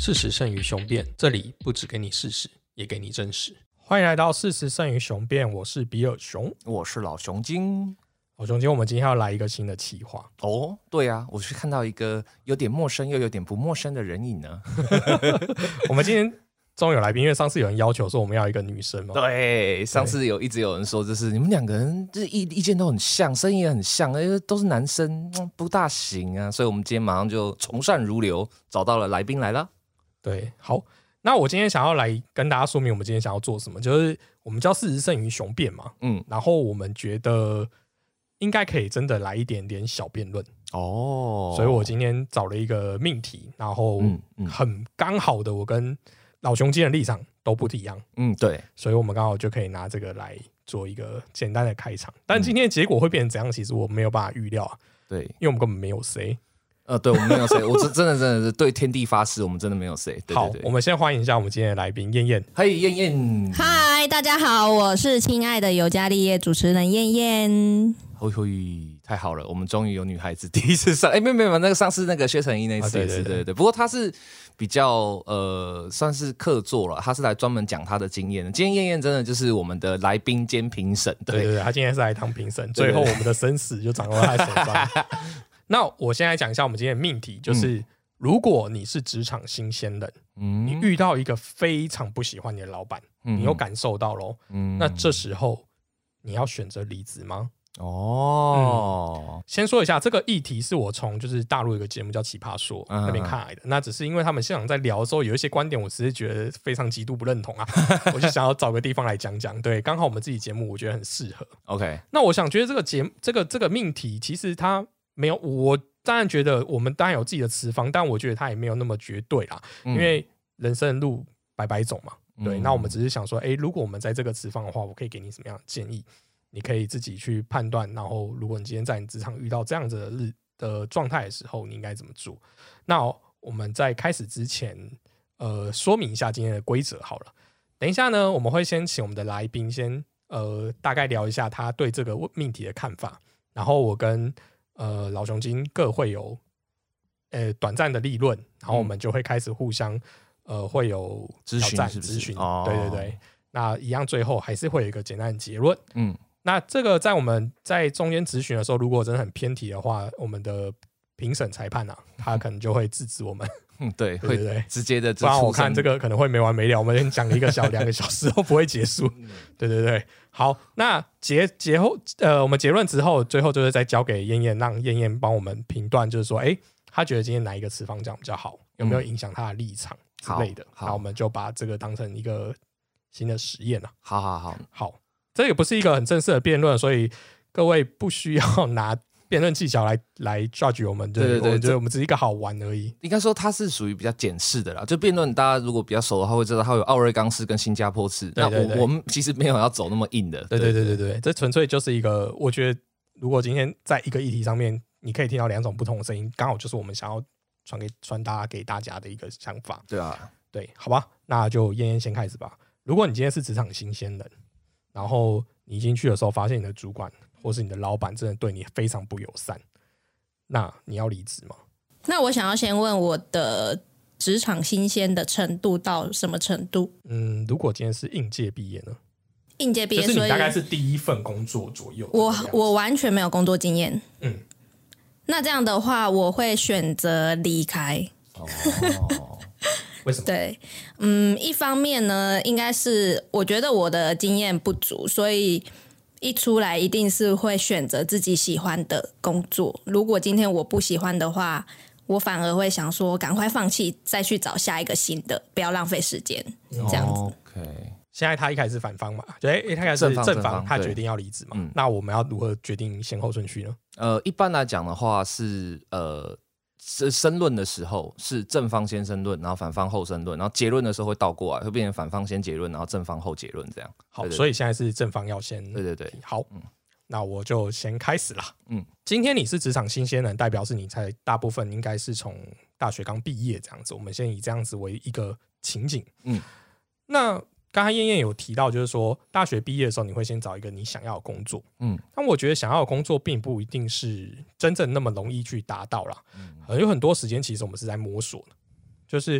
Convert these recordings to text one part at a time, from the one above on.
事实胜于雄辩，这里不只给你事实，也给你真实。欢迎来到事实胜于雄辩，我是比尔熊， 我是老熊精。 老熊精，我们今天要来一个新的企划哦，对啊，我是看到一个有点陌生又有点不陌生的人影呢。 我们今天终于有来宾，因为上次有人要求说我们要一个女生嘛。 对，上次一直有人说，就是你们两个人就是意见都很像，声音也很像，都是男生，不大行啊。所以我们今天马上就从善如流，找到了来宾来了。 对，好，那我今天想要来跟大家说明我们今天想要做什么，就是我们叫事实胜于雄辩嘛，然后我们觉得应该可以真的来一点点小辩论哦，所以我今天找了一个命题，然后很刚好的我跟老熊精的立场都不一样， 对， 所以我们刚好就可以拿这个来做一个简单的开场，但今天的结果会变成怎样，其实我没有办法预料啊， 对， 因为我们根本没有谁。 对，我们没有谁，我真的是对天地发誓，我们真的没有谁。 好，我们先欢迎一下我们今天的来宾燕燕。 嘿，燕燕， 嗨，大家好，我是亲爱的尤加利叶主持人燕燕。 嘿，太好了，我们终于有女孩子第一次上，没有，那个上次那个薛成一那次也是，对。不过她是比较算是客座了，她是来专门讲她的经验的。今天燕燕真的就是我们的来宾兼评审， 对，她今天是来当评审，最后我们的生死就掌握在她手上。那我现在讲一下我们今天的命题，就是如果你是职场新鲜人，你遇到一个非常不喜欢你的老板，你有感受到咯，那这时候你要选择离职吗？先说一下，这个议题是我从就是大陆有一个节目叫奇葩说那边看来的，那只是因为他们现场在聊的时候有一些观点我只是觉得非常极度不认同啊，我就想要找个地方来讲讲，对，刚好我们自己节目我觉得很适合。 OK， 那我想觉得这个命题其实它没有，我当然觉得我们当然有自己的持方，但我觉得它也没有那么绝对啦，因为人生的路百百种嘛，对，那我们只是想说如果我们在这个持方的话，我可以给你什么样的建议，你可以自己去判断，然后如果你今天在你职场遇到这样子的状态的时候，你应该怎么做。那我们在开始之前说明一下今天的规则好了。等一下呢，我们会先请我们的来宾先大概聊一下他对这个命题的看法，然后我跟老熊精各会有短暂的立论，然后我们就会开始互相会有挑战咨询，对，那一样最后还是会有一个简单的结论。那这个在我们在中间咨询的时候，如果真的很偏题的话，我们的评审裁判他可能就会制止我们。 对，会直接的， 不然我看这个可能会没完没了，我们讲1个小2个小时都不会结束。对，好，那结后我们结论之后，最后就是再交给燕燕，让燕燕帮我们评断，就是说他觉得今天哪一个持方讲比较好，有没有影响他的立场之类的。那我们就把这个当成一个新的实验了。好，这也不是一个很正式的辩论，所以各位不需要拿辩论技巧来 judge 我们，对，我觉得我们只是一个好玩而已。 应该说它是属于比较简式的啦，就辩论大家如果比较熟的话会知道它有奥瑞冈式跟新加坡式，那我们其实没有要走那么硬的。 对，这纯粹就是一个，我觉得如果今天在一个议题上面你可以听到2种不同的声音，刚好就是我们想要传达给大家的一个想法。 对啊， 对，好吧，那就燕燕先开始吧。如果你今天是职场新鲜人，然后你进去的时候发现你的主管或是你的老板真的对你非常不友善，那你要离职吗？ 那我想要先问我的职场新鲜的程度到什么程度？ 如果今天是应届毕业呢？ 应届毕业， 就是你大概是第一份工作左右。 我完全没有工作经验。那这样的话，我会选择离开。 为什么？ 对，一方面呢，应该是我觉得我的经验不足，所以一出来一定是会选择自己喜欢的工作。如果今天我不喜欢的话，我反而会想说赶快放弃，再去找下一个新的，不要浪费时间。这样子。 OK。 现在他一开始是反方嘛，他开始是正方，他决定要离职嘛。那我们要如何决定先后顺序呢？ 一般来讲的话是申论的时候是正方先申论，然后反方后申论，然后结论的时候会倒过来，会变成反方先结论，然后正方后结论这样。 好，所以现在是正方要先。 对。 好，那我就先开始啦。今天你是职场新鲜人，代表是你才大部分应该是从大学刚毕业这样子。我们先以这样子为一个情景。那刚才燕燕有提到，就是说大学毕业的时候，你会先找一个你想要的工作。但我觉得想要的工作并不一定是真正那么容易去达到啦。有很多时间其实我们是在摸索的，就是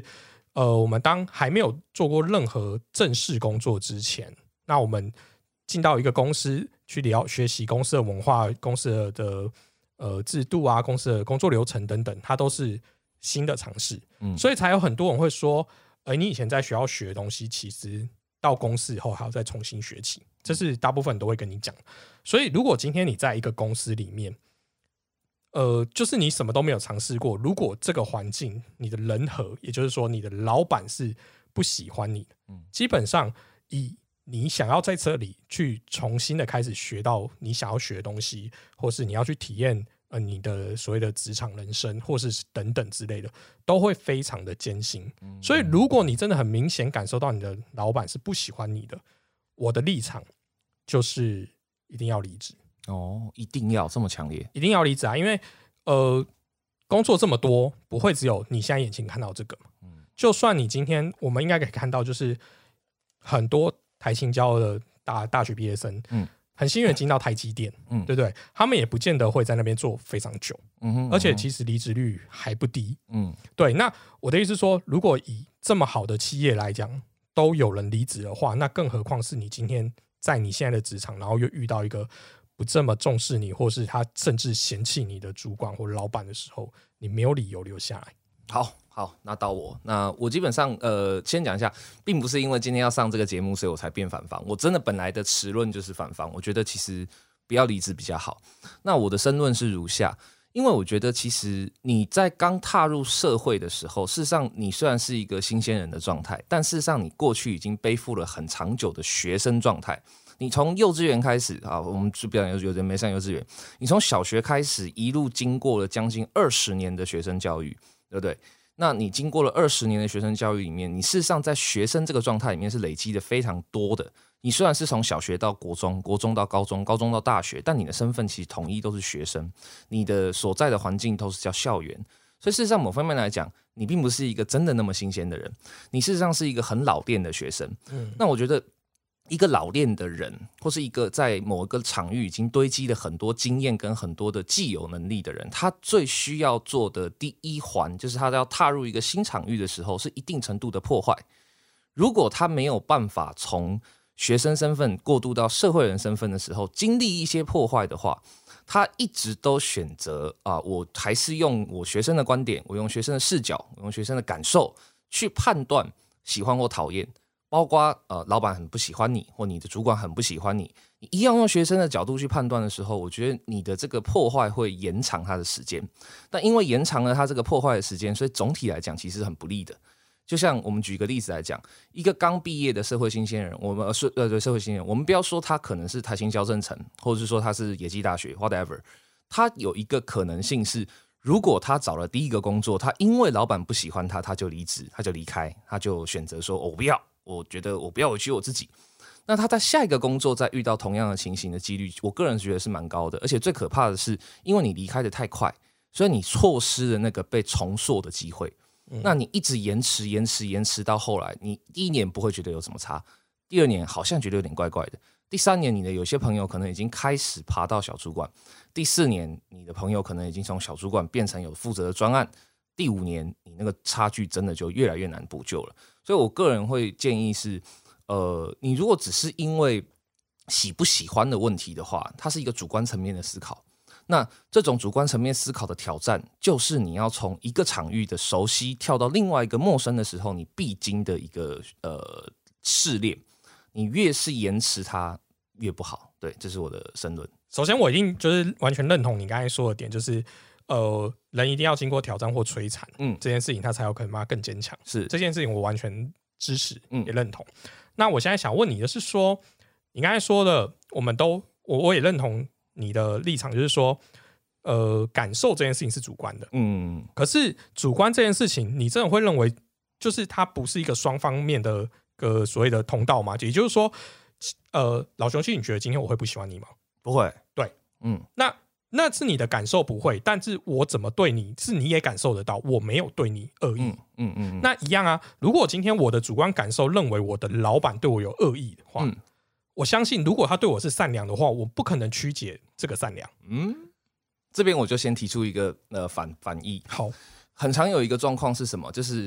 我们当还没有做过任何正式工作之前，那我们进到一个公司去学习公司的文化、公司的制度啊、公司的工作流程等等，它都是新的尝试。所以才有很多人会说，你以前在学校学的东西，其实到公司以后还要再重新学起，这是大部分人都会跟你讲。所以如果今天你在一个公司里面，就是你什么都没有尝试过，如果这个环境你的人和，也就是说你的老板是不喜欢你的，基本上以你想要在这里去重新的开始学到你想要学的东西，或是你要去体验你的所谓的职场人生，或是等等之类的，都会非常的艰辛。所以如果你真的很明显感受到你的老板是不喜欢你的，我的立场就是一定要离职。 一定要这么强烈？ 一定要离职啊！因为工作这么多，不会只有你现在眼前看到这个。就算你今天，我们应该可以看到，就是很多台清交的大学毕业生，很幸运进到台积电，对不对？他们也不见得会在那边做非常久，而且其实离职率还不低。对。那我的意思是说，如果以这么好的企业来讲，都有人离职的话，那更何况是你今天在你现在的职场，然后又遇到一个不这么重视你，或是他甚至嫌弃你的主管或老板的时候，你没有理由留下来。 好，那到我，那我基本上先讲一下，并不是因为今天要上这个节目，所以我才变反方。我真的本来的持论就是反方，我觉得其实不要离职比较好。那我的申论是如下，因为我觉得其实你在刚踏入社会的时候，事实上你虽然是一个新鲜人的状态，但事实上你过去已经背负了很长久的学生状态。你从幼稚园开始啊，我们就不要讲幼稚园，没上幼稚园。你从小学开始，一路经过了将近20年的学生教育，对不对？那你经过了20年的学生教育里面，你事实上在学生这个状态里面是累积的非常多的。你虽然是从小学到国中，国中到高中，高中到大学，但你的身份其实统一都是学生，你的所在的环境都是叫校园。所以事实上某方面来讲，你并不是一个真的那么新鲜的人，你事实上是一个很老练的学生。那我觉得一个老练的人，或是一个在某一个场域已经堆积了很多经验跟很多的既有能力的人，他最需要做的第一环，就是他要踏入一个新场域的时候，是一定程度的破坏。如果他没有办法从学生身份过渡到社会人身份的时候，经历一些破坏的话，他一直都选择我还是用我学生的观点，我用学生的视角，我用学生的感受去判断喜欢或讨厌。包括老板很不喜欢你，或你的主管很不喜欢你，你一样用学生的角度去判断的时候，我觉得你的这个破坏会延长他的时间。但因为延长了他这个破坏的时间，所以总体来讲其实很不利的。就像我们举一个例子来讲，一个刚毕业的社会新鲜人，我们社会新鲜人，我们不要说他可能是台清交政城，或者是说他是野鸡大学 whatever， 他有一个可能性是，如果他找了第一个工作，他因为老板不喜欢他，他就离职，他就离开，他就选择说我不要。我觉得我不要委屈我自己，那他在下一个工作再遇到同样的情形的几率，我个人觉得是蛮高的。而且最可怕的是，因为你离开的太快，所以你错失了那个被重塑的机会。那你一直延迟到后来，你第1年不会觉得有什么差，第2年好像觉得有点怪怪的，第3年你的有些朋友可能已经开始爬到小主管，第4年你的朋友可能已经从小主管变成有负责的专案，第5年你那个差距真的就越来越难补救了。所以我个人会建议是，你如果只是因为喜不喜欢的问题的话，它是一个主观层面的思考。那这种主观层面思考的挑战，就是你要从一个场域的熟悉跳到另外一个陌生的时候，你必经的一个试炼。你越是延迟它，越不好。对，这是我的申论。 首先，我一定就是完全认同你刚才说的点，就是人一定要经过挑战或摧残，这件事情他才有可能更坚强。 是这件事情，我完全支持，也认同。那我现在想问你的是说，你刚才说的，我也认同你的立场，就是说，感受这件事情是主观的，可是主观这件事情，你真的会认为，就是它不是一个双方面的所谓的通道吗？也就是说，老雄心，你觉得今天我会不喜欢你吗？ 不会， 对，那是你的感受不会，但是我怎么对你，是你也感受得到，我没有对你恶意。那一样啊，如果今天我的主观感受认为我的老板对我有恶意的话，我相信如果他对我是善良的话，我不可能曲解这个善良。 这边我就先提出一个反义。 好， 很常有一个状况是什么？就是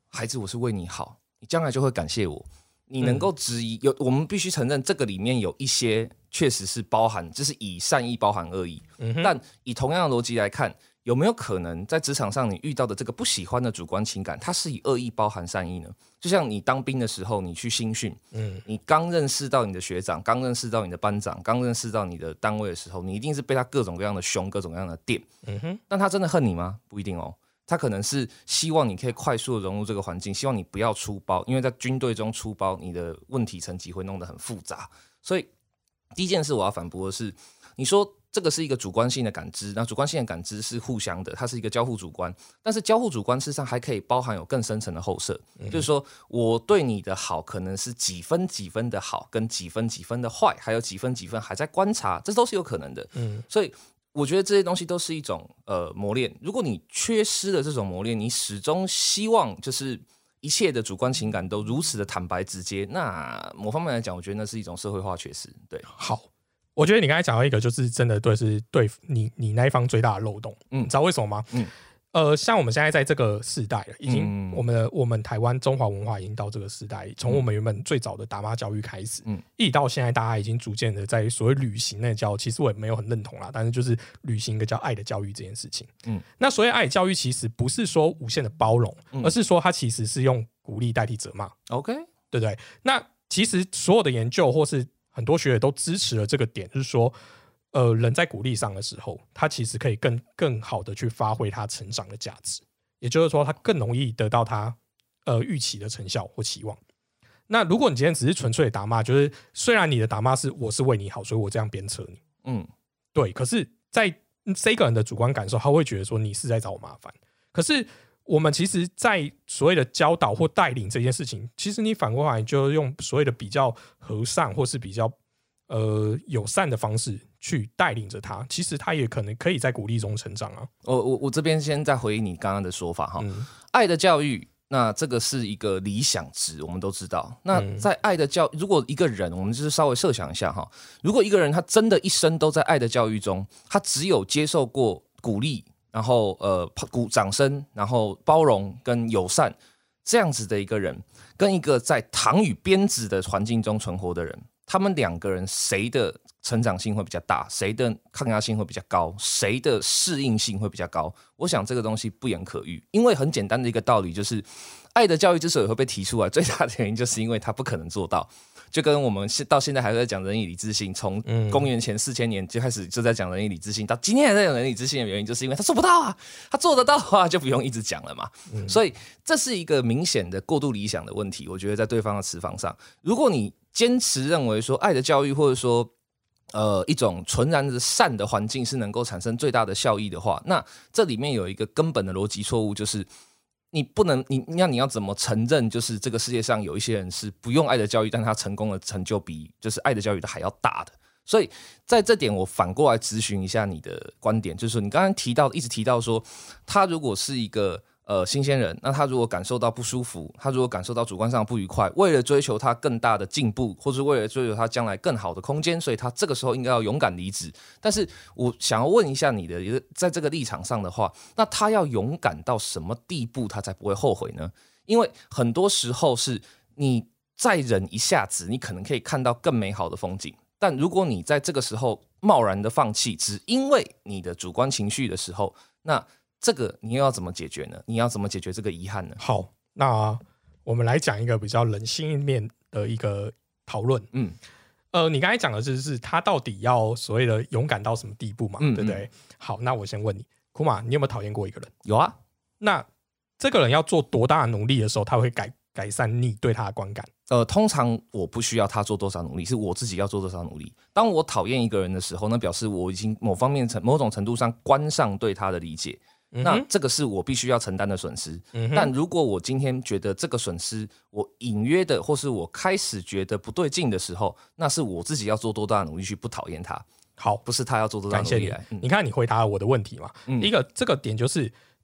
孩子，我是为你好，你将来就会感谢我。你能够质疑，我们必须承认这个里面有一些确实是包含，就是以善意包含恶意。但以同样的逻辑来看，有没有可能在职场上你遇到的这个不喜欢的主观情感，它是以恶意包含善意呢？就像你当兵的时候，你去新训，你刚认识到你的学长，刚认识到你的班长，刚认识到你的单位的时候，你一定是被他各种各样的凶，各种各样的电。但他真的恨你吗？不一定哦。他可能是希望你可以快速的融入这个环境，希望你不要出包，因为在军队中出包，你的问题层级会弄得很复杂。所以第一件事我要反驳的是，你说这个是一个主观性的感知，那主观性的感知是互相的，它是一个交互主观，但是交互主观事实上还可以包含有更深层的后设，就是说我对你的好可能是几分几分的好，跟几分几分的坏，还有几分几分还在观察，这都是有可能的。所以我觉得这些东西都是一种磨练。如果你缺失了这种磨练，你始终希望就是一切的主观情感都如此的坦白直接，那某方面来讲，我觉得那是一种社会化缺失。对， 好，我觉得你刚才讲到一个，就是真的是对你那一方最大的漏洞。你知道为什么吗？像我们现在在这个世代了，已经我们台湾中华文化已经到这个时代，从我们原本最早的打骂教育开始，一直到现在，大家已经逐渐的在所谓履行那个教育，其实我也没有很认同啦，但是就是履行一个叫爱的教育这件事情。那所谓爱的教育，其实不是说无限的包容，而是说它其实是用鼓励代替责骂。 OK， 对不对？那其实所有的研究或是很多学者都支持了这个点，就是说。人在鼓励上的时候，他其实可以更好的去发挥他成长的价值，也就是说，他更容易得到他预期的成效或期望。那如果你今天只是纯粹的打骂，就是虽然你的打骂是我是为你好，所以我这样鞭策你，对，可是在这个人的主观感受，他会觉得说你是在找我麻烦。可是我们其实，在所谓的教导或带领这件事情，其实你反过来就用所谓的比较和善或是比较友善的方式去带领着他，其实他也可能可以在鼓励中成长啊。 我这边先再回应你刚刚的说法哈，爱的教育，那这个是一个理想值，我们都知道。那在爱的教，如果一个人，我们就是稍微设想一下哈，如果一个人他真的一生都在爱的教育中，他只有接受过鼓励，然后掌声，然后包容跟友善这样子的一个人，跟一个在糖与鞭子的环境中存活的人。他们两个人谁的成长性会比较大，谁的抗压性会比较高，谁的适应性会比较高？我想这个东西不言可喻，因为很简单的一个道理就是，爱的教育之所以会被提出来，最大的原因就是因为它不可能做到。就跟我们到现在还在讲仁义礼智信，从公元前4000年就开始就在讲仁义礼智信，到今天还在讲仁义礼智信的原因，就是因为他做不到啊，他做得到啊，就不用一直讲了嘛。所以这是一个明显的过度理想的问题。我觉得在对方的持方上，如果你坚持认为说爱的教育，或者说一种纯然的善的环境是能够产生最大的效益的话，那这里面有一个根本的逻辑错误，就是你不能你要怎么承认，就是这个世界上有一些人是不用爱的教育，但他成功的成就比就是爱的教育的还要大的。所以在这点我反过来咨询一下你的观点，就是说你刚刚一直提到说，他如果是一个新鲜人，那他如果感受到不舒服，他如果感受到主观上不愉快，为了追求他更大的进步，或是为了追求他将来更好的空间，所以他这个时候应该要勇敢离职。但是我想要问一下你的，在这个立场上的话，那他要勇敢到什么地步，他才不会后悔呢？因为很多时候是你再忍一下子，你可能可以看到更美好的风景。但如果你在这个时候贸然的放弃，只因为你的主观情绪的时候，那这个你又要怎么解决呢？你要怎么解决这个遗憾呢？ 好，那我们来讲一个比较人性面的一个讨论。你刚才讲的就是他到底要所谓的勇敢到什么地步嘛，对不对？好，那我先问你，库玛，你有没有讨厌过一个人？ 有啊。 那这个人要做多大的努力的时候，他会改善你对他的观感？ 通常我不需要他做多少努力，是我自己要做多少努力。当我讨厌一个人的时候，那表示我已经某种程度上关上对他的理解。那这个是我必须要承担的损失。但如果我今天觉得这个损失我隐约的，或是我开始觉得不对劲的时候，那是我自己要做多大的努力去不讨厌他。好，不是他要做多大的努力来。 你看你回答了我的问题嘛？一个这个点就是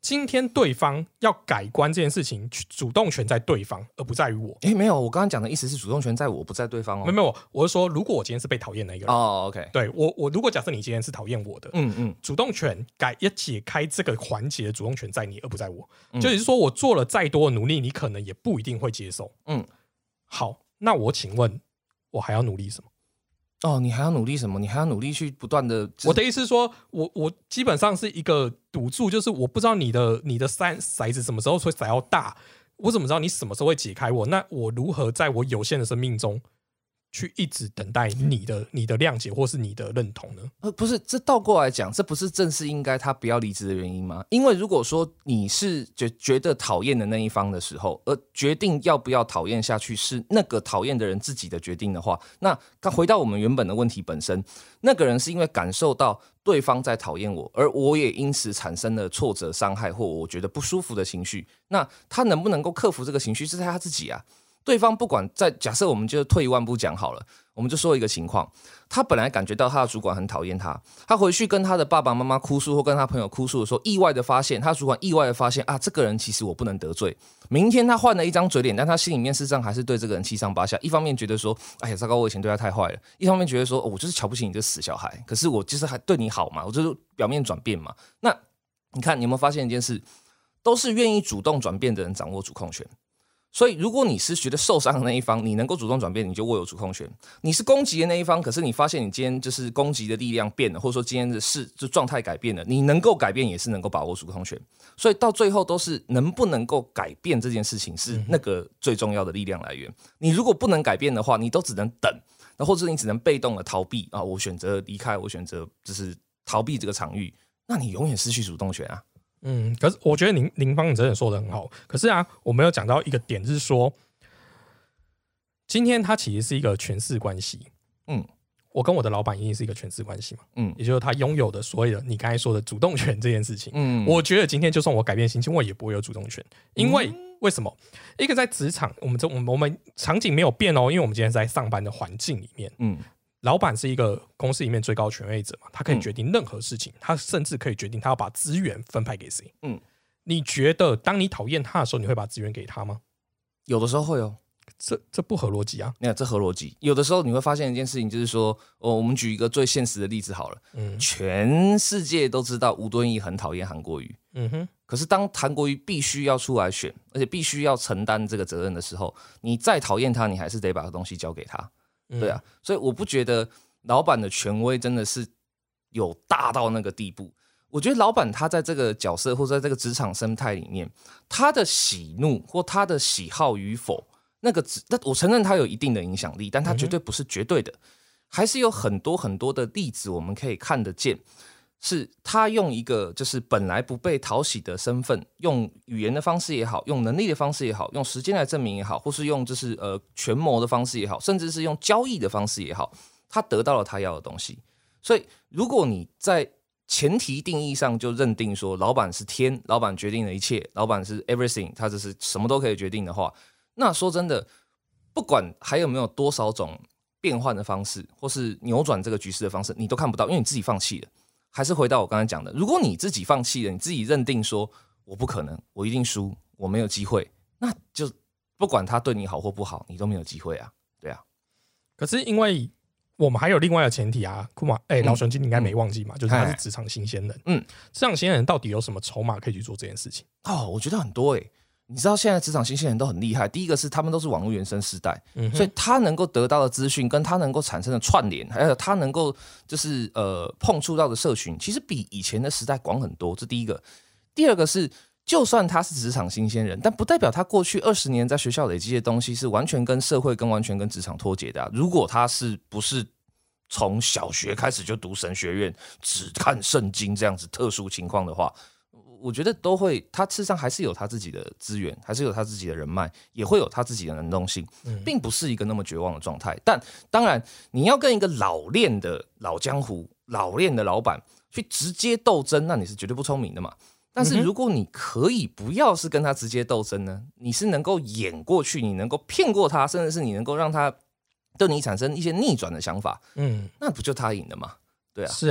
今天对方要改观这件事情，主动权在对方，而不在于我。 没有，我刚刚讲的意思是主动权在我，不在对方哦。 没有，我是说，如果我今天是被讨厌的一个人， 哦 ，OK， 对我如果假设你今天是讨厌我的，主动权要解开这个环节的主动权在你，而不在我。就是说我做了再多的努力，你可能也不一定会接受。好，那我请问，我还要努力什么？ 哦，你还要努力什么？你还要努力去不断的。 我的意思是说，我基本上是一个赌注，就是我不知道你的骰子什么时候会骰到大，我怎么知道你什么时候会解开我？那我如何在我有限的生命中去一直等待你的谅解或是你的认同呢？ 不是，这倒过来讲，这不是正是应该他不要离职的原因吗？因为如果说你是觉得讨厌的那一方的时候，而决定要不要讨厌下去是那个讨厌的人自己的决定的话，那回到我们原本的问题本身，那个人是因为感受到对方在讨厌我，而我也因此产生了挫折、伤害或我觉得不舒服的情绪，那他能不能够克服这个情绪是在他自己啊。对方不管假设我们就退一万步讲好了，我们就说一个情况，他本来感觉到他的主管很讨厌他，他回去跟他的爸爸妈妈哭诉或跟他朋友哭诉的时候，他主管意外的发现啊，这个人其实我不能得罪。明天他换了一张嘴脸，但他心里面事实上还是对这个人七上八下。一方面觉得说，哎呀，糟糕，我以前对他太坏了；一方面觉得说，我就是瞧不起你这死小孩，可是我就是还对你好嘛，我就是表面转变嘛。那你看，你有没有发现一件事？都是愿意主动转变的人掌握主控权。所以，如果你是觉得受伤的那一方，你能够主动转变，你就握有主控权。你是攻击的那一方，可是你发现你今天就是攻击的力量变了，或者说今天的就状态改变了，你能够改变，也是能够把握主控权。所以到最后都是能不能够改变这件事情是那个最重要的力量来源。你如果不能改变的话，你都只能等，或者你只能被动的逃避啊，我选择离开，我选择就是逃避这个场域，那你永远失去主动权啊。 可是我觉得林芳你真的说得很好。可是啊，我们有讲到一个点是说，今天它其实是一个权势关系。我跟我的老板一定是一个权势关系嘛。也就是他拥有的所谓的你刚才说的主动权这件事情。我觉得今天就算我改变心情，我也不会有主动权，因为为什么？一个在职场，我们场景没有变哦，因为我们今天是在上班的环境里面。老板是一个公司里面最高权威者嘛，他可以决定任何事情，他甚至可以决定他要把资源分派给谁。你觉得当你讨厌他的时候，你会把资源给他吗？ 有的时候会哦， 这不合逻辑啊！ 这合逻辑。有的时候你会发现一件事情，就是说，我们举一个最现实的例子好了。全世界都知道吴敦义很讨厌韩国瑜。可是当韩国瑜必须要出来选，而且必须要承担这个责任的时候，你再讨厌他，你还是得把东西交给他。对啊，所以我不觉得老板的权威真的是有大到那个地步。我觉得老板他在这个角色或者在这个职场生态里面，他的喜怒或他的喜好与否，我承认他有一定的影响力，但他绝对不是绝对的。还是有很多很多的例子我们可以看得见，是他用一个就是本来不被讨喜的身份，用语言的方式也好，用能力的方式也好，用时间来证明也好，或是用就是权谋的方式也好，甚至是用交易的方式也好，他得到了他要的东西。所以如果你在前提定义上就认定说老板是天，老板决定了一切，老板是 everything， 他就是什么都可以决定的话，那说真的，不管还有没有多少种变换的方式，或是扭转这个局势的方式，你都看不到，因为你自己放弃了。还是回到我刚才讲的，如果你自己放弃了，你自己认定说我不可能，我一定输，我没有机会，那就不管他对你好或不好，你都没有机会啊。对啊。 可是因为我们还有另外的前提啊，库马，老熊你应该没忘记嘛，就是他是职场新鲜人。职场新鲜人到底有什么筹码可以去做这件事情？ 我觉得很多你知道现在职场新鲜人都很厉害，第一个是他们都是网络原生世代，所以他能够得到的资讯跟他能够产生的串联，还有他能够就是碰触到的社群，其实比以前的时代广很多，这第一个。第二个是，就算他是职场新鲜人，但不代表他过去20年在学校累积的东西是完全跟社会跟完全跟职场脱节的如果他是不是从小学开始就读神学院，只看圣经这样子特殊情况的话，我觉得都会，他事实上还是有他自己的资源，还是有他自己的人脉，也会有他自己的能动性，并不是一个那么绝望的状态。但当然，你要跟一个老练的老江湖、老练的老板去直接斗争，那你是绝对不聪明的嘛。但是如果你可以不要是跟他直接斗争呢，你是能够演过去，你能够骗过他，甚至是你能够让他对你产生一些逆转的想法，那不就他赢了吗？对啊， 是啊。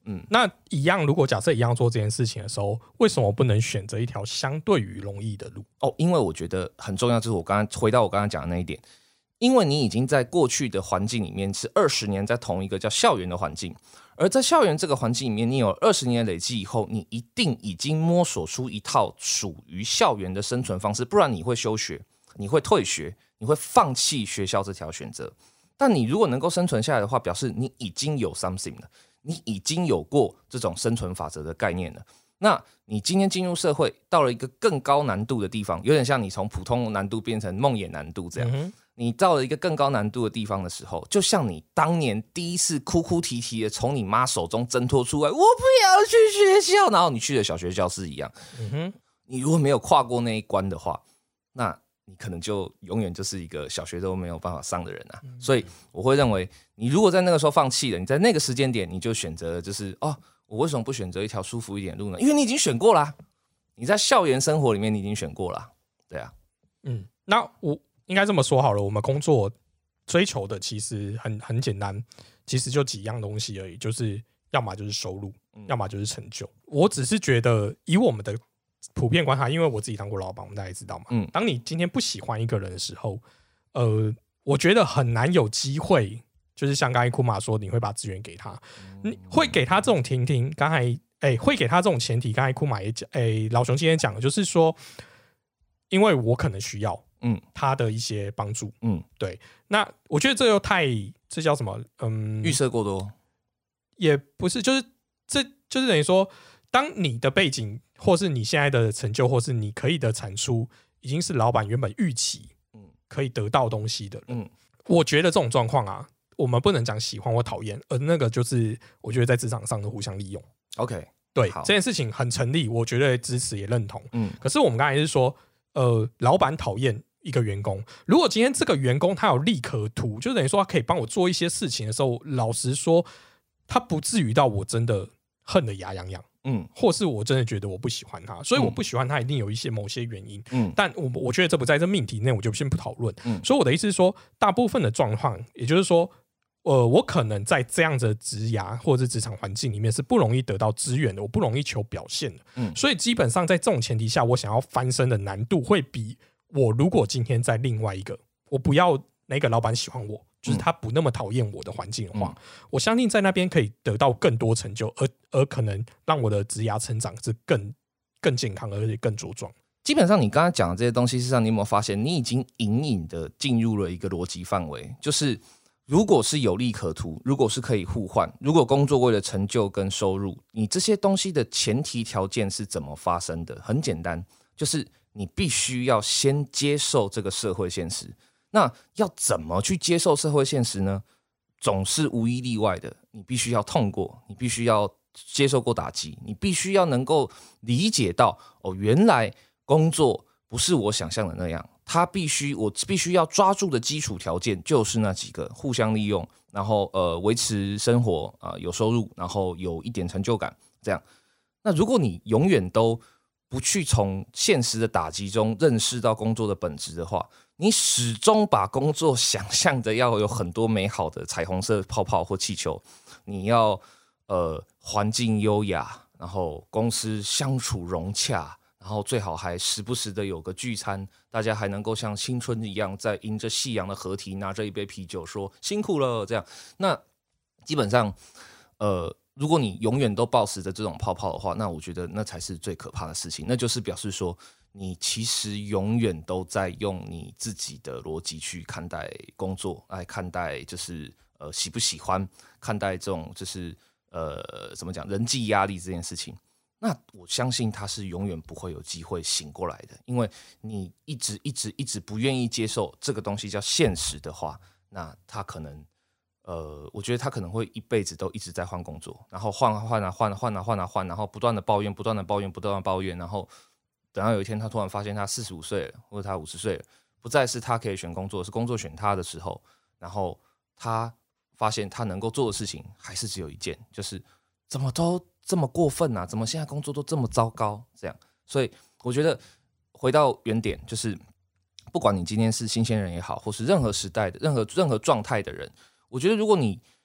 那一样，如果假设一样做这件事情的时候，为什么不能选择一条相对于容易的路？ 因为我觉得很重要，就是回到我刚刚讲的那一点，因为你已经在过去的环境里面是20年在同一个叫校园的环境，而在校园这个环境里面，你有20年的累积以后，你一定已经摸索出一套属于校园的生存方式，不然你会休学，你会退学，你会放弃学校这条选择。但你如果能够生存下来的话，表示你已经有 something 了，你已经有过这种生存法则的概念了。那你今天进入社会，到了一个更高难度的地方，有点像你从普通难度变成梦魇难度这样。你到了一个更高难度的地方的时候，就像你当年第一次哭哭啼啼的从你妈手中挣脱出来，我不要去学校，然后你去了小学教室一样。你如果没有跨过那一关的话，那你可能就永远就是一个小学都没有办法上的人啊。所以我会认为，你如果在那个时候放弃了，你在那个时间点你就选择了就是我为什么不选择一条舒服一点的路呢？因为你已经选过啦，你在校园生活里面你已经选过啦，对啊。 那我应该这么说好了，我们工作追求的其实很简单，其实就几样东西而已，就是要么就是收入，要么就是成就。我只是觉得以我们的普遍观察，因为我自己当过老板，我们大家知道嘛。当你今天不喜欢一个人的时候，我觉得很难有机会，就是像刚才库玛说，你会把资源给他，你会给他这种前提。刚才会给他这种前提，刚才库玛也讲，老熊今天讲的就是说，因为我可能需要他的一些帮助。对。那我觉得这叫什么？ 预设过多， 也不是，这就是等于说，当你的背景，或是你现在的成就，或是你可以的产出，已经是老板原本预期可以得到东西的人。我觉得这种状况啊，我们不能讲喜欢或讨厌，而那个就是我觉得在职场上的互相利用。 OK， 对，这件事情很成立，我绝对支持也认同。可是我们刚才是说，老板讨厌一个员工，如果今天这个员工他有利可图，就等于说他可以帮我做一些事情的时候，老实说，他不至于到我真的恨得牙痒痒。或是我真的觉得我不喜欢他，所以我不喜欢他一定有一些某些原因。但我觉得这不在这命题内，我就先不讨论。所以我的意思是说，大部分的状况，也就是说，我可能在这样的职涯或者是职场环境里面是不容易得到资源的，我不容易求表现的。所以基本上在这种前提下，我想要翻身的难度会比我如果今天在另外一个，我不要那个老板喜欢我，就是他不那么讨厌我的环境的话，我相信在那边可以得到更多成就，而可能让我的职涯成长是更健康，而且更茁壮。 基本上你刚才讲的这些东西，事实上你有没有发现，你已经隐隐的进入了一个逻辑范围，就是如果是有利可图，如果是可以互换，如果工作为了成就跟收入，你这些东西的前提条件是怎么发生的？很简单，就是你必须要先接受这个社会现实。那要怎么去接受社会现实呢？总是无一例外的，你必须要痛过，你必须要接受过打击，你必须要能够理解到，原来工作不是我想象的那样，我必须要抓住的基础条件就是那几个：互相利用，然后维持生活，有收入，然后有一点成就感，这样。那如果你永远都不去从现实的打击中认识到工作的本质的话，你始终把工作想象的要有很多美好的彩虹色泡泡或气球，你要环境优雅，然后公司相处融洽，然后最好还时不时的有个聚餐，大家还能够像青春一样在迎着夕阳的河堤拿着一杯啤酒说辛苦了这样。那基本上如果你永远都抱持着这种泡泡的话，那我觉得那才是最可怕的事情，那就是表示说你其实永远都在用你自己的逻辑去看待工作，来看待就是喜不喜欢，看待这种就是怎么讲人际压力这件事情。那我相信他是永远不会有机会醒过来的，因为你一直不愿意接受这个东西叫现实的话，那他可能我觉得他可能会一辈子都一直在换工作，然后换，然后不断的抱怨，然后等到有一天他突然发现他45岁了，或者他50岁了，不再是他可以选工作，是工作选他的时候，然后他发现他能够做的事情还是只有一件，就是怎么都这么过分啊，怎么现在工作都这么糟糕这样。所以我觉得回到原点，就是不管你今天是新鲜人也好，或是任何时代的任何状态的人，我觉得如果你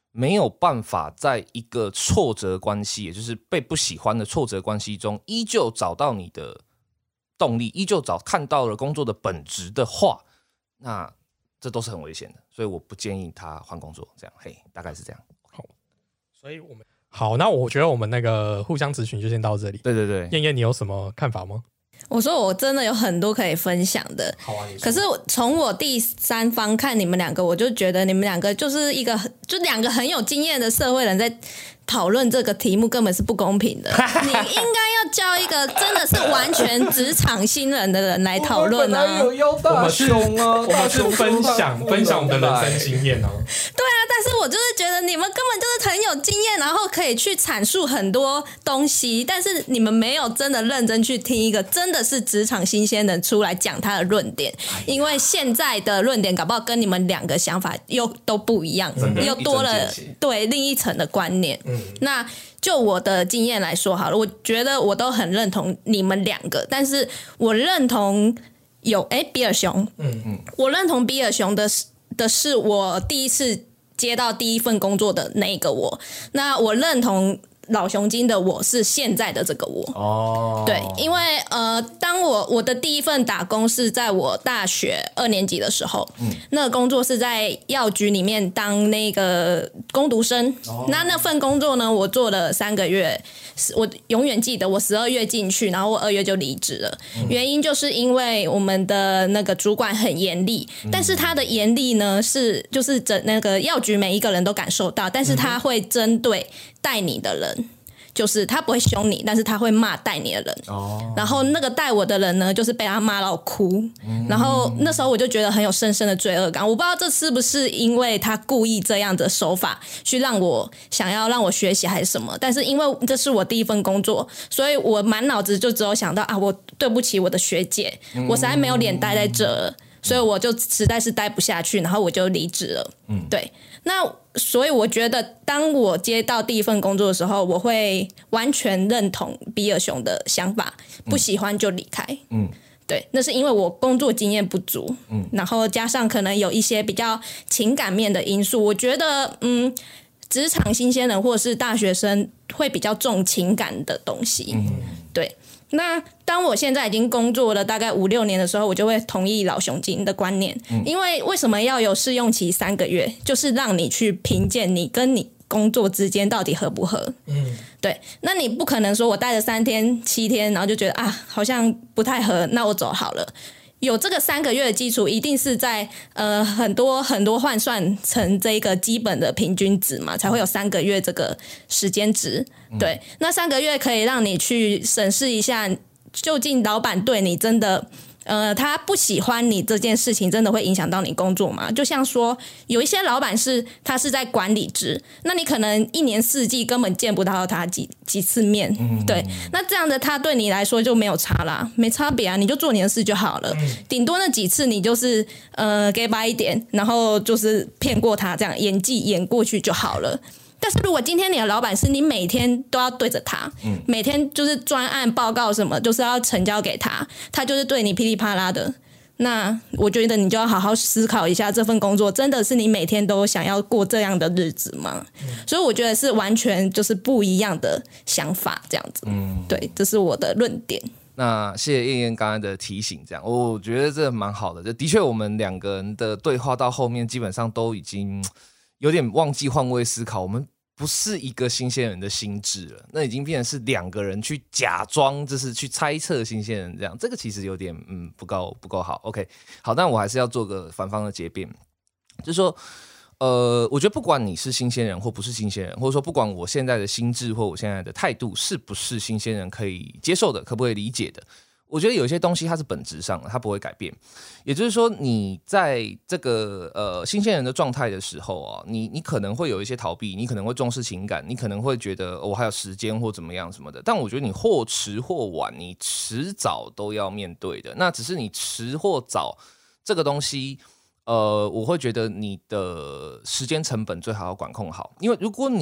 没有办法在一个挫折关系，也就是被不喜欢的挫折关系中，依旧找到你的动力，依旧看到了工作的本质的话，那这都是很危险的，所以我不建议他换工作。这样，嘿，大概是这样。 好，所以我们好，那我觉得我们那个互相咨询就先到这里。 对对对， 燕燕，你有什么看法吗？ 我说我真的有很多可以分享的， 好啊， 可是从我第三方看你们两个，我就觉得你们两个就是两个很有经验的社会人在讨论这个题目，根本是不公平的。你应该要叫一个真的是完全职场新人的人来讨论啊！ 有邀大雄啊， 我们是分享我们的人生经验啊。 对啊，但是我就是觉得你们根本就是很有经验，然后可以去阐述很多东西，但是你们没有真的认真去听一个真的是职场新鲜人出来讲他的论点，因为现在的论点搞不好跟你们两个想法又都不一样，又多了对另一层的观念。那就我的经验来说好了，我觉得我都很认同你们两个，但是我认同比尔熊，我认同比尔熊的是我第一次接到第一份工作的那个我，那我认同老熊精的我是现在的这个我。哦，对，因为当我的第一份打工是在我大学2年级的时候，那个工作是在药局里面当那个工读生。那份工作呢，我做了3个月，我永远记得我12月进去，然后我2月就离职了。原因就是因为我们的那个主管很严厉，但是他的严厉呢就是那个药局每一个人都感受到，但是他会针对带你的人，就是他不会凶你，但是他会骂带你的人。然后那个带我的人呢，就是被他骂到哭。然后那时候我就觉得很有深深的罪恶感。我不知道这是不是因为他故意这样的手法去想要让我学习还是什么，但是因为这是我第一份工作，所以我满脑子就只有想到我对不起我的学姐，我实在没有脸待在这了，所以我就实在是待不下去，然后我就离职了。对，那所以我觉得当我接到第一份工作的时候，我会完全认同比尔熊的想法，不喜欢就离开。对，那是因为我工作经验不足，然后加上可能有一些比较情感面的因素，我觉得职场新鲜人或者是大学生会比较重情感的东西。对，那当我现在已经工作了大概5-6年的时候，我就会同意老熊精的观念。因为为什么要有试用期3个月，就是让你去评鉴你跟你工作之间到底合不合。对，那你不可能说我待了3天7天，然后就觉得好像不太合，那我走好了。有这个3个月的基础，一定是在很多很多换算成这个基本的平均值嘛，才会有3个月这个时间值。对，那3个月可以让你去审视一下，究竟老板对你真的他不喜欢你这件事情，真的会影响到你工作吗？就像说有一些老板他是在管理职，那你可能1年4季根本见不到他几次面。对，那这样的他对你来说就没有差啦，没差别啊，你就做你的事就好了。顶多那几次你就是给白一点，然后就是骗过他，这样演技演过去就好了。但是如果今天你的老板是你每天都要对着他，每天就是专案报告什么就是要呈交给他，他就是对你噼里啪啦的，那我觉得你就要好好思考一下，这份工作真的是你每天都想要过这样的日子吗？所以我觉得是完全就是不一样的想法这样子。对，这是我的论点。 那谢谢燕燕刚刚的提醒，这样我觉得这蛮好的。就的确我们2个人的对话到后面基本上都已经有点忘记换位思考，我们不是一个新鲜人的心智了，那已经变成是2个人去假装，就是去猜测新鲜人这样，这个其实有点不够好。OK， 好，但我还是要做个反方的结辩，就是说，我觉得不管你是新鲜人或不是新鲜人，或者说不管我现在的心智或我现在的态度是不是新鲜人可以接受的，可不可以理解的。我觉得有些东西它是本质上的，它不会改变。也就是说，你在这个新鲜人的状态的时候啊，你可能会有一些逃避，你可能会重视情感，你可能会觉得我还有时间或怎么样什么的。但我觉得你或迟或晚，你迟早都要面对的。那只是你迟或早这个东西，我会觉得你的时间成本最好要管控好，因为如果你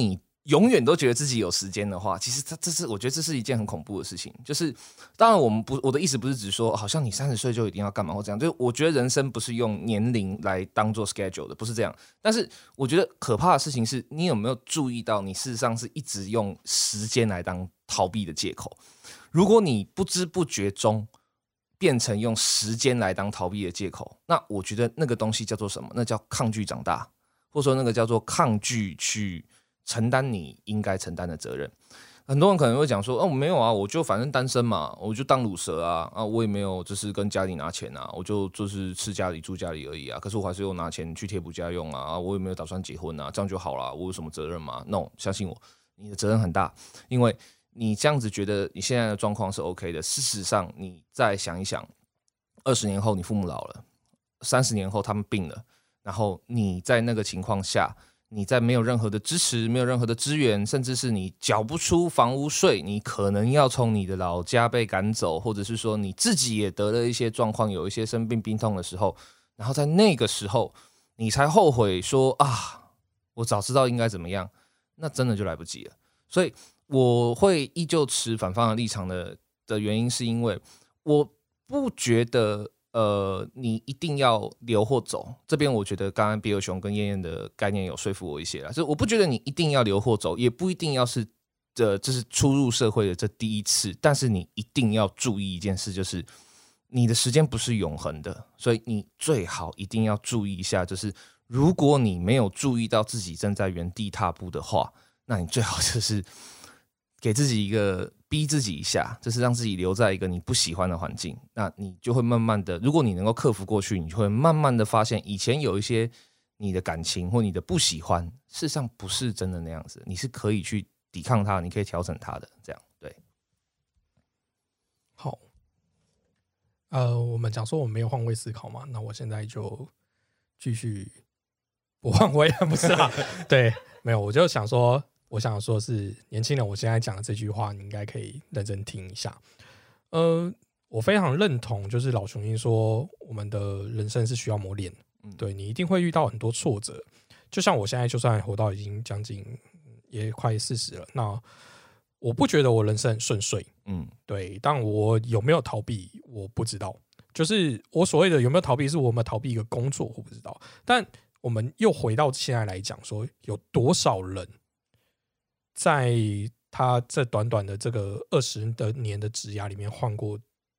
永远都觉得自己有时间的话，其实我觉得这是一件很恐怖的事情。就是当然我的意思不是只说好像你30岁就一定要干嘛或这样，就是我觉得人生不是用年龄来当做 schedule 的，不是这样。但是我觉得可怕的事情是你有没有注意到，你事实上是一直用时间来当逃避的借口。如果你不知不觉中变成用时间来当逃避的借口，那我觉得那个东西叫做什么？那叫抗拒长大，或者说那个叫做抗拒去承担你应该承担的责任。很多人可能会讲说，没有啊，我就反正单身嘛，我就当鲁蛇啊，我也没有就是跟家里拿钱啊，我就是吃家里住家里而已啊，可是我还是有拿钱去贴补家用啊，我也没有打算结婚啊，这样就好了，我有什么责任吗 ？No， 相信我，你的责任很大，因为你这样子觉得你现在的状况是 OK 的，事实上你再想一想，20年后你父母老了，30年后他们病了，然后你在那个情况下，你在没有任何的支持，没有任何的资源，甚至是你缴不出房屋税，你可能要从你的老家被赶走，或者是说你自己也得了一些状况，有一些生病病痛的时候，然后在那个时候你才后悔说啊，我早知道应该怎么样，那真的就来不及了。所以我会依旧持反方的立场的原因，是因为我不觉得你一定要留或走。这边我觉得刚刚比尔熊跟燕燕的概念有说服我一些啦，就是我不觉得你一定要留或走，也不一定要是这是初入社会的这第一次，但是你一定要注意一件事，就是你的时间不是永恒的，所以你最好一定要注意一下，就是如果你没有注意到自己正在原地踏步的话，那你最好就是给自己一个逼自己一下，就是让自己留在一个你不喜欢的环境，那你就会慢慢的，如果你能够克服过去，你就会慢慢的发现以前有一些你的感情或你的不喜欢，事实上不是真的那样子，你是可以去抵抗它，你可以调整它的，这样对。 好，我们讲说我们没有换位思考嘛，那我现在就继续不换位，不是啦，对，没有，我就想说。我想说是年轻人，我现在讲的这句话，你应该可以认真听一下。我非常认同，就是老雄鹰说，我们的人生是需要磨练，对你一定会遇到很多挫折。就像我现在，就算活到已经将近也快40了，那我不觉得我人生很顺遂，对，但我有没有逃避，我不知道。就是我所谓的有没有逃避，是我们逃避一个工作，我不知道。但我们又回到现在来讲，说有多少人。在他这短短的这个20年的职涯里面换过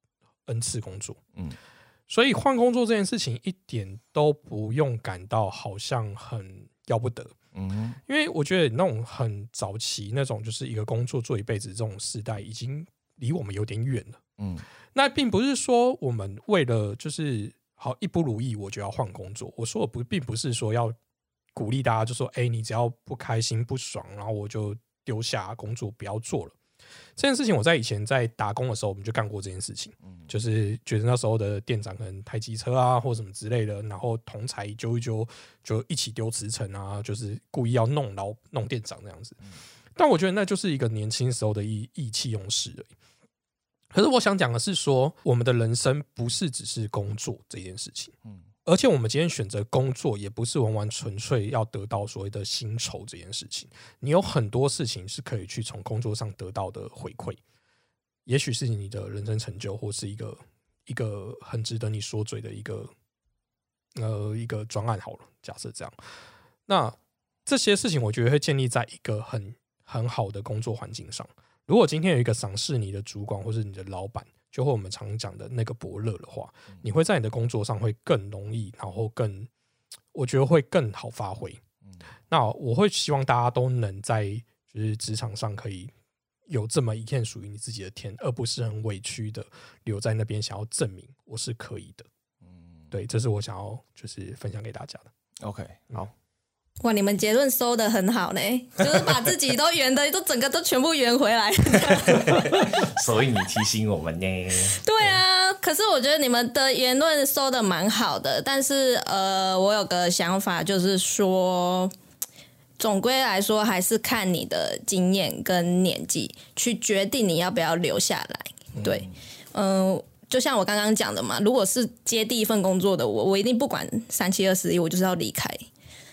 N 次工作，所以换工作这件事情一点都不用感到好像很要不得，因为我觉得那种很早期那种就是一个工作做一辈子这种时代已经离我们有点远了，那并不是说我们为了就是好一不如意我就要换工作，我说的并不是说要鼓励大家就说你只要不开心不爽然后我就丢下工作不要做了。这件事情我在以前在打工的时候我们就干过这件事情，就是觉得那时候的店长可能开机车啊或什么之类的，然后同才揪一揪就一起丢辞呈啊，就是故意要弄店长这样子。但我觉得那就是一个年轻时候的意气用事而已。可是我想讲的是说，我们的人生不是只是工作这件事情，而且我们今天选择工作也不是完完纯粹要得到所谓的薪酬这件事情，你有很多事情是可以去从工作上得到的回馈，也许是你的人生成就，或是一个很值得你说嘴的一个专案好了，假设这样。那这些事情我觉得会建立在一个很好的工作环境上。如果今天有一个赏识你的主管或是你的老板，就会我们常讲的那个伯乐的话，你会在你的工作上会更容易，然后我觉得会更好发挥。那我会希望大家都能在就是职场上可以有这么一片属于你自己的天，而不是很委屈的留在那边想要证明我是可以的。对，这是我想要就是分享给大家的。 OK， 好。 哇，你们结论收得很好呢，就是把自己都圆的，都整个都全部圆回来。 所以你提醒我们呢？ 对啊，可是我觉得你们的言论收得蛮好的，但是我有个想法，就是说，总归来说还是看你的经验跟年纪去决定你要不要留下来。对，就像我刚刚讲的嘛，如果是接第一份工作的我一定不管37、21，我就是要离开。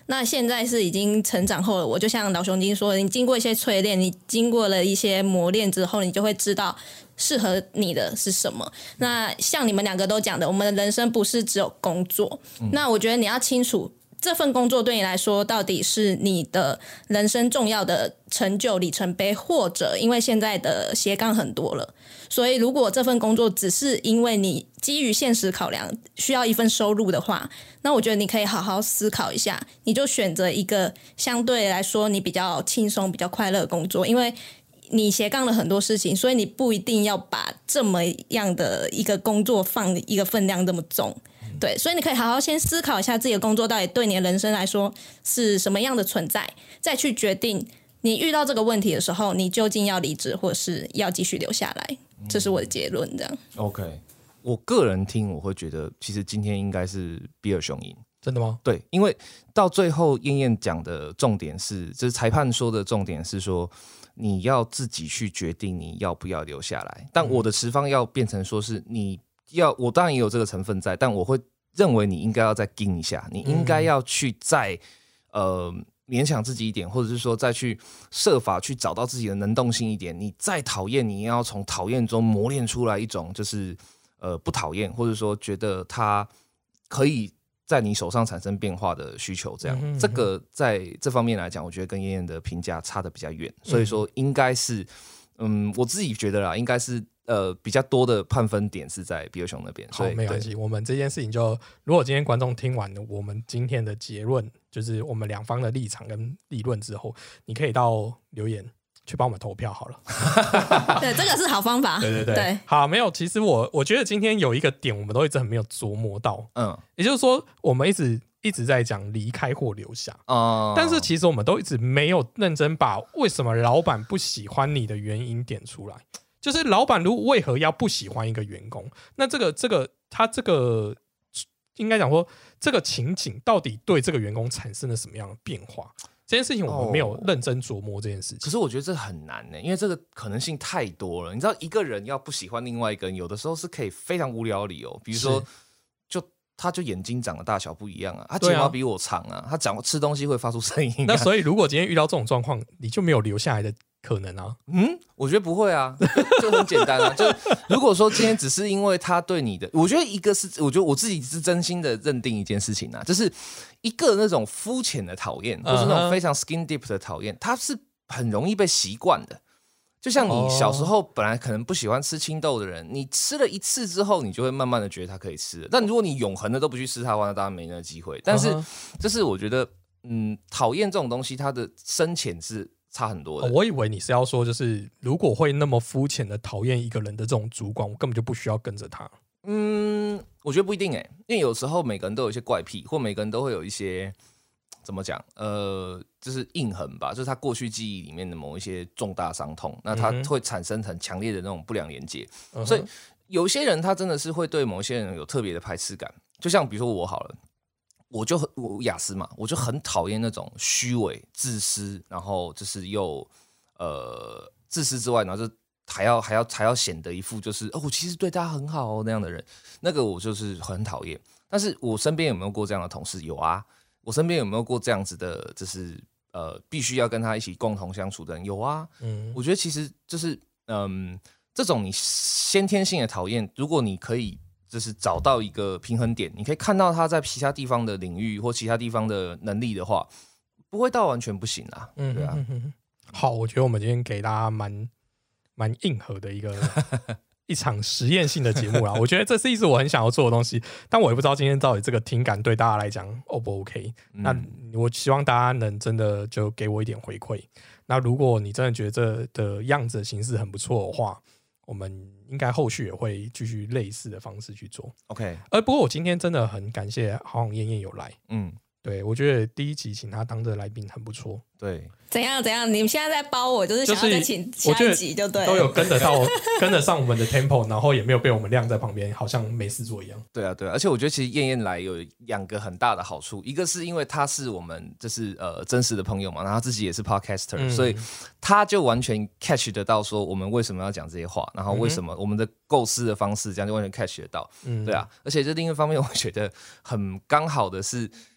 那现在是已经成长后了，我就像老兄弟说的，你经过一些淬炼，你经过了一些磨练之后，你就会知道适合你的是什么。那像你们两个都讲的，我们的人生不是只有工作，那我觉得你要清楚这份工作对你来说到底是你的人生重要的成就里程碑，或者因为现在的斜杠很多了，所以如果这份工作只是因为你基于现实考量需要一份收入的话，那我觉得你可以好好思考一下，你就选择一个相对来说你比较轻松比较快乐的工作，因为你斜杠了很多事情，所以你不一定要把这么样的一个工作放一个分量这么重。对，所以你可以好好先思考一下自己的工作到底对你的人生来说是什么样的存在，再去决定你遇到这个问题的时候，你究竟要离职或是要继续留下来。这是我的结论。这样 OK， 我个人听我会觉得，其实今天应该是比尔熊赢。 真的吗？ 对，因为到最后燕燕讲的重点是，就是裁判说的重点是说，你要自己去决定你要不要留下来。但我的持方要变成说是你要，我当然也有这个成分在，但我会认为你应该要再盯一下，你应该要去再勉强自己一点，或者是说再去设法去找到自己的能动性一点。你再讨厌，你也要从讨厌中磨练出来一种就是不讨厌，或者说觉得它可以在你手上产生变化的需求。这样，这个在这方面来讲，我觉得跟燕燕的评价差得比较远，所以说应该是我自己觉得啦，应该是比较多的判分点是在比尔熊那边。 好，没关系，我们这件事情就，如果今天观众听完了我们今天的结论，就是我们两方的立场跟理论之后，你可以到留言去帮我们投票好了。 对，这个是好方法。 对，好，没有，其实我觉得今天有一个点我们都一直很没有琢磨到，也就是说我们一直在讲离开或留下，但是其实我们都一直没有认真把为什么老板不喜欢你的原因点出来。就是老板为何要不喜欢一个员工？那他这个应该讲说，这个情景到底对这个员工产生了什么样的变化？这件事情我们没有认真琢磨这件事情。 可是我觉得这很难呢，因为这个可能性太多了。你知道，一个人要不喜欢另外一个人，有的时候是可以非常无聊的理由，比如说，他就眼睛长得大小不一样啊，他睫毛比我长啊，他吃东西会发出声音那所以如果今天遇到这种状况，你就没有留下来的可能啊？ 我觉得不会啊，就很简单啊。就如果说今天只是因为他对你的，我觉得一个是，我觉得我自己是真心的认定一件事情啊，就是一个那种肤浅的讨厌，或是那种非常 skin deep 的讨厌，它是很容易被习惯的。就像你小时候本来可能不喜欢吃青豆的人，你吃了一次之后，你就会慢慢的觉得它可以吃了。但如果你永恒的都不去吃它的话，那当然没那个机会。但是就是我觉得，讨厌这种东西，它的深浅是差很多的。 我以为你是要说，就是如果会那么肤浅的讨厌一个人的这种主管，我根本就不需要跟着他。 我觉得不一定因为有时候每个人都有一些怪癖，或每个人都会有一些怎么讲，就是印痕吧，就是他过去记忆里面的某一些重大伤痛，那他会产生很强烈的那种不良连结。所以有些人他真的是会对某些人有特别的排斥感，就像比如说我好了。我雅思嘛，我就很讨厌那种虚伪、自私，然后就是又自私之外，然后就还要显得一副就是我其实对大家很好那样的人，那个我就是很讨厌。但是我身边有没有过这样的同事？有啊，我身边有没有过这样子的，就是必须要跟他一起共同相处的人？有啊。我觉得其实就是这种你先天性的讨厌，如果你可以。就是找到一个平衡点，你可以看到他在其他地方的领域或其他地方的能力的话，不会到完全不行啦。对啊。 好，我觉得我们今天给大家蛮硬核的一场实验性的节目啦。我觉得这是一直我很想要做的东西，但我也不知道今天到底这个听感对大家来讲 O 不 OK。那我希望大家能真的就给我一点回馈。那如果你真的觉得这的样子的形式很不错的话，我们应该后续也会继续类似的方式去做。 OK， 不过我今天真的很感谢好像燕燕有来。对，我觉得第一集请他当这个来宾很不错。 对， 怎样？你们现在在包我，就是想要再请下一集就对了， 都有跟得上我们的 tempo， 然后也没有被我们晾在旁边，好像没事做一样。 对啊，对啊，而且我觉得其实燕燕来有2个很大的好处，一个是因为他是我们就是真实的朋友嘛，然后他自己也是 podcaster，所以他就完全 catch 得到说我们为什么要讲这些话，然后为什么我们的构思的方式，这样就完全 catch 得到。对啊，而且这另一方面我觉得很刚好的是。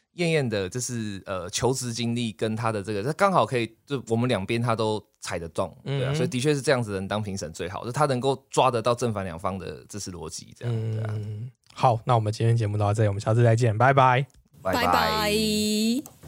燕燕的就是求职经历跟他的这个，他刚好可以就我们两边他都踩得动，对啊，所以的确是这样子的人当评审最好，就他能够抓得到正反两方的知识逻辑，这样对啊。 好，那我们今天节目到这里，我们下次再见，拜拜， 拜拜拜。